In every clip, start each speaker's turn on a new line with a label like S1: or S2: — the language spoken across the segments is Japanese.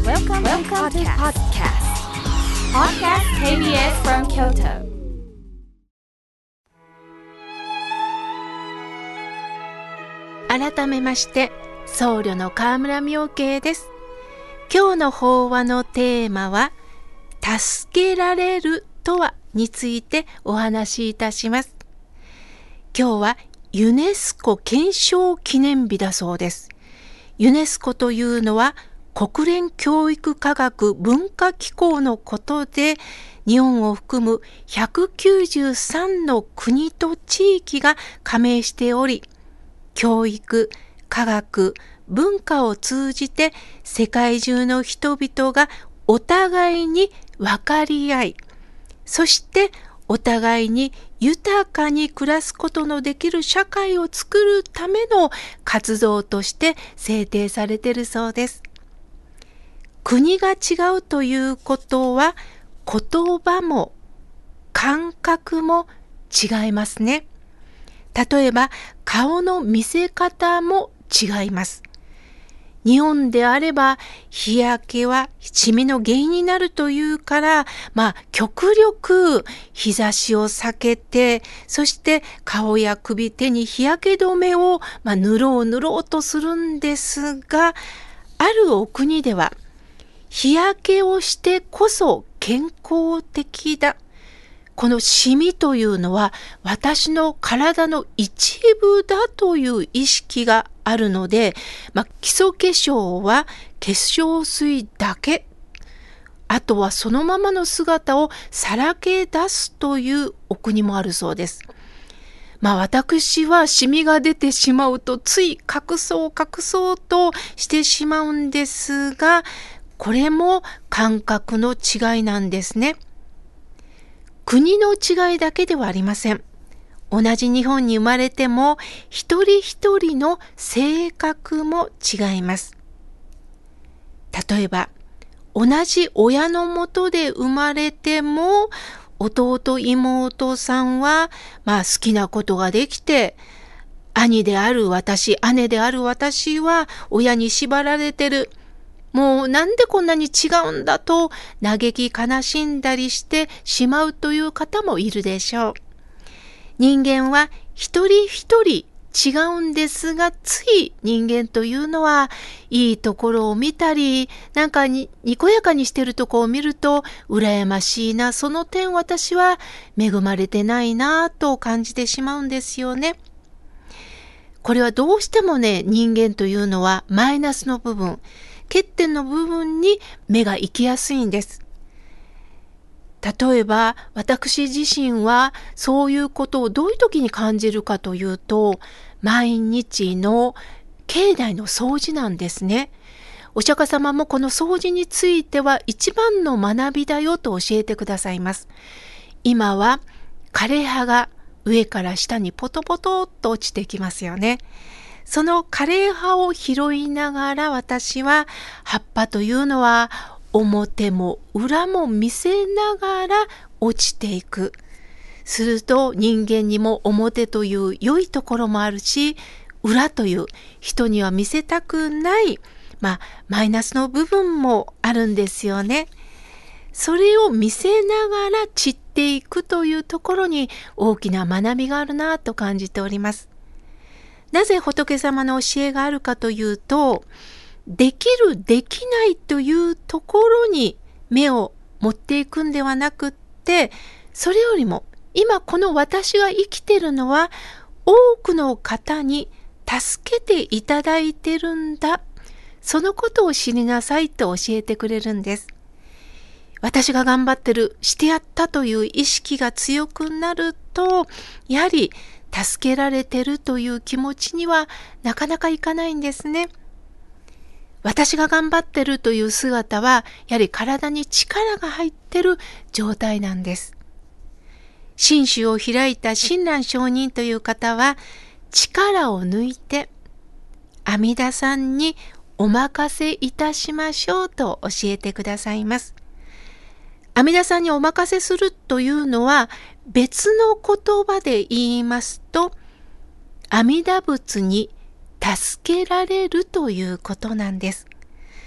S1: Welcome to podcast. Podcast KBS from Kyoto.
S2: 改めまして僧侶の河村妙慶です。今日の法話のテーマは助けられるとはについてお話しいたします。今日はユネスコ憲章記念日だそうです。ユネスコというのは国連教育科学文化機構のことで、日本を含む193の国と地域が加盟しており、教育、科学、文化を通じて世界中の人々がお互いに分かり合い、そしてお互いに豊かに暮らすことのできる社会を作るための活動として制定されているそうです。国が違うということは言葉も感覚も違いますね。例えば顔の見せ方も違います。日本であれば日焼けはシミの原因になるというから、極力日差しを避けて、そして顔や首、手に日焼け止めを塗ろうとするんですが、あるお国では日焼けをしてこそ健康的だ。このシミというのは私の体の一部だという意識があるので、基礎化粧は化粧水だけ。あとはそのままの姿をさらけ出すというお国もあるそうです。私はシミが出てしまうとつい隠そうとしてしまうんですが、これも感覚の違いなんですね。国の違いだけではありません。同じ日本に生まれても一人一人の性格も違います。例えば、同じ親のもとで生まれても弟妹さんは好きなことができて、姉である私は親に縛られてる。もうなんでこんなに違うんだと嘆き悲しんだりしてしまうという方もいるでしょう。人間は一人一人違うんですが、つい人間というのはいいところを見たり、にこやかにしてるとこを見ると羨ましいな、その点私は恵まれてないなと感じてしまうんですよね。これはどうしても人間というのはマイナスの部分、欠点の部分に目が行きやすいんです。例えば私自身はそういうことをどういう時に感じるかというと、毎日の境内の掃除なんですね。お釈迦様もこの掃除については一番の学びだよと教えてくださいます。今は枯葉が上から下にポトポトっと落ちてきますよね。その枯葉を拾いながら、私は葉っぱというのは表も裏も見せながら落ちていく。すると人間にも表という良いところもあるし、裏という人には見せたくないマイナスの部分もあるんですよね。それを見せながら散っていくというところに大きな学びがあるなと感じております。なぜ仏様の教えがあるかというと、できるできないというところに目を持っていくんではなくって、それよりも今この私が生きているのは多くの方に助けていただいてるんだ、そのことを知りなさいと教えてくれるんです。私が頑張ってる、してやったという意識が強くなると、やはり助けられてるという気持ちにはなかなかいかないんですね。私が頑張ってるという姿はやはり体に力が入ってる状態なんです。心宗を開いた親鸞上人という方は、力を抜いて阿弥陀さんにお任せいたしましょうと教えてくださいます。阿弥陀さんにお任せするというのは、別の言葉で言いますと、阿弥陀仏に助けられるということなんです。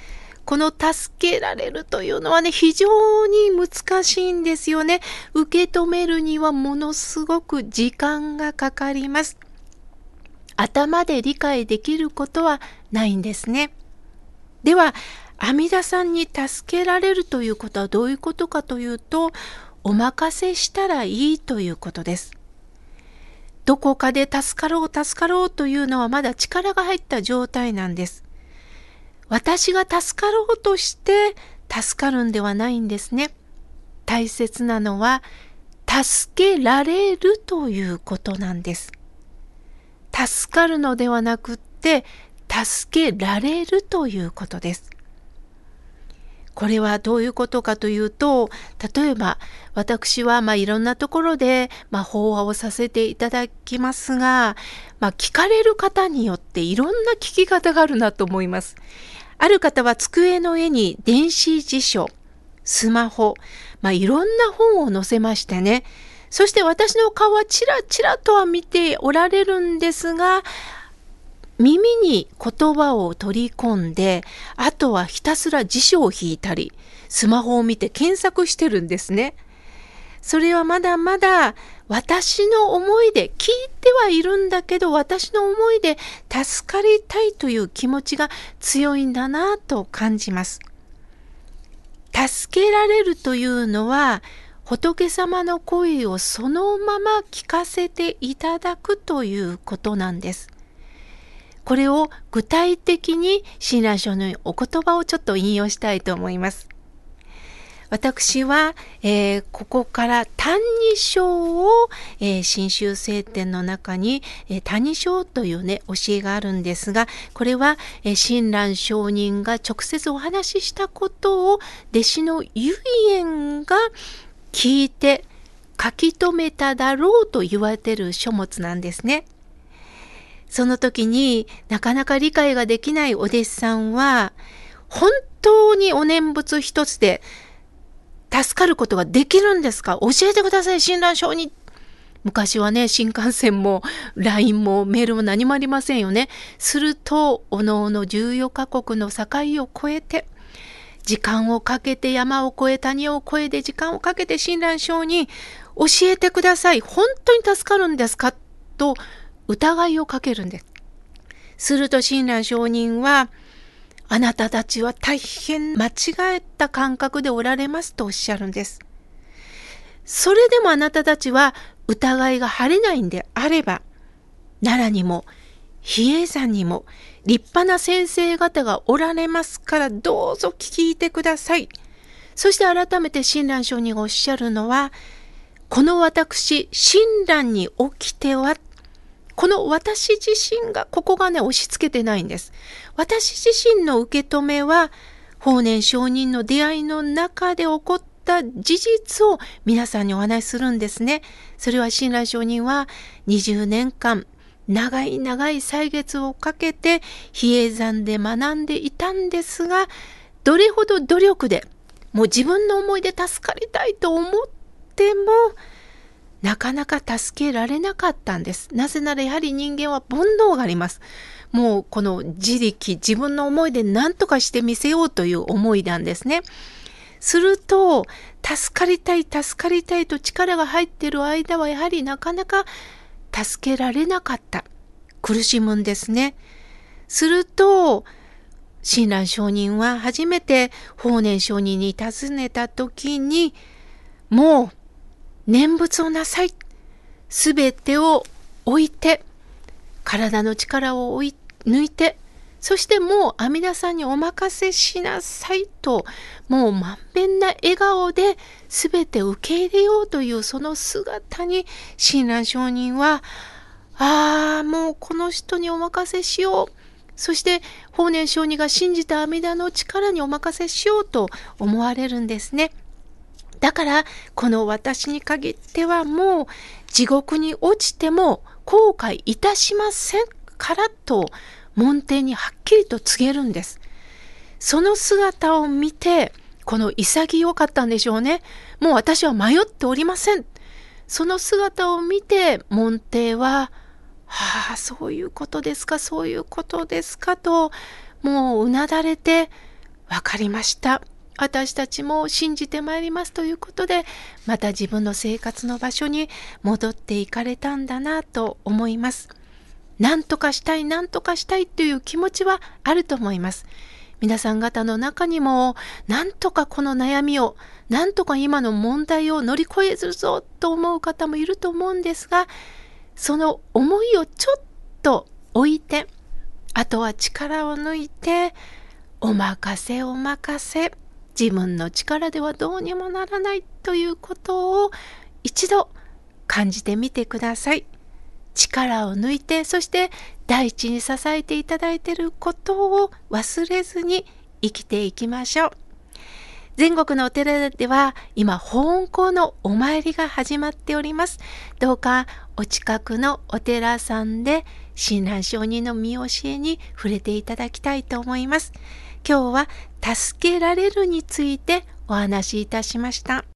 S2: この助けられるというのはね、非常に難しいんですよね。受け止めるにはものすごく時間がかかります。頭で理解できることはないんですね。では、阿弥陀さんに助けられるということはどういうことかというと、お任せしたらいいということです。どこかで助かろうというのはまだ力が入った状態なんです。私が助かろうとして助かるんではないんですね。大切なのは助けられるということなんです。助かるのではなくって助けられるということです。これはどういうことかというと、例えば私はいろんなところで法話をさせていただきますが、聞かれる方によっていろんな聞き方があるなと思います。ある方は机の上に電子辞書、スマホ、いろんな本を載せましてね、そして私の顔はちらちらとは見ておられるんですが、耳に言葉を取り込んで、あとはひたすら辞書を引いたり、スマホを見て検索してるんですね。それはまだまだ私の思いで聞いてはいるんだけど、私の思いで助かりたいという気持ちが強いんだなと感じます。助けられるというのは、仏様の声をそのまま聞かせていただくということなんです。これを具体的に親鸞聖人のお言葉をちょっと引用したいと思います。私は、ここから「歎異抄」を、真宗聖典の中に「歎異抄」というね教えがあるんですが、これは、親鸞聖人が直接お話ししたことを弟子の唯円が聞いて書き留めただろうと言われている書物なんですね。その時になかなか理解ができないお弟子さんは、本当にお念仏一つで助かることができるんですか？教えてください、親鸞聖人。昔はね、新幹線も LINE もメールも何もありませんよね。すると、おのおの14カ国の境を越えて、時間をかけて山を越え谷を越えて時間をかけて親鸞聖人教えてください。本当に助かるんですか？と疑いをかけるんです。すると親鸞聖人は、あなたたちは大変間違えた感覚でおられますとおっしゃるんです。それでもあなたたちは疑いが晴れないんであれば、奈良にも比叡山にも立派な先生方がおられますから、どうぞ聞いてください。そして改めて親鸞聖人がおっしゃるのは、この私親鸞におきては、この私自身が、ここがね押し付けてないんです。私自身の受け止めは、法然上人の出会いの中で起こった事実を皆さんにお話しするんですね。それは親鸞上人は20年間長い長い歳月をかけて比叡山で学んでいたんですが、どれほど努力でもう自分の思いで助かりたいと思ってもなかなか助けられなかったんです。なぜならやはり人間は煩悩があります。もうこの自力、自分の思いで何とかしてみせようという思いなんですね。すると、助かりたいと力が入っている間はやはりなかなか助けられなかった。苦しむんですね。すると、親鸞聖人は初めて法然上人に尋ねた時に、もう念仏をなさい。すべてを置いて、体の力を抜いて、そしてもう阿弥陀さんにお任せしなさいと、もうまんべんな笑顔で全て受け入れようというその姿に親鸞聖人は、もうこの人にお任せしよう。そして法然上人が信じた阿弥陀の力にお任せしようと思われるんですね。だからこの私に限ってはもう地獄に落ちても後悔いたしませんからと門弟にはっきりと告げるんです。その姿を見て、この潔かったんでしょうね。もう私は迷っておりません。その姿を見て門弟は、そういうことですかともううなだれて、 わかりました。私たちも信じてまいりますということで、また自分の生活の場所に戻っていかれたんだなと思います。なんとかしたい、なんとかしたいという気持ちはあると思います。皆さん方の中にも、なんとかこの悩みを、なんとか今の問題を乗り越えるぞと思う方もいると思うんですが、その思いをちょっと置いて、あとは力を抜いて、お任せお任せ、自分の力ではどうにもならないということを一度感じてみてください。力を抜いて、そして第一に支えていただいていることを忘れずに生きていきましょう。全国のお寺では今法恩講のお参りが始まっております。どうかお近くのお寺さんで親鸞上人の見教えに触れていただきたいと思います。今日は助けられるについてお話しいたしました。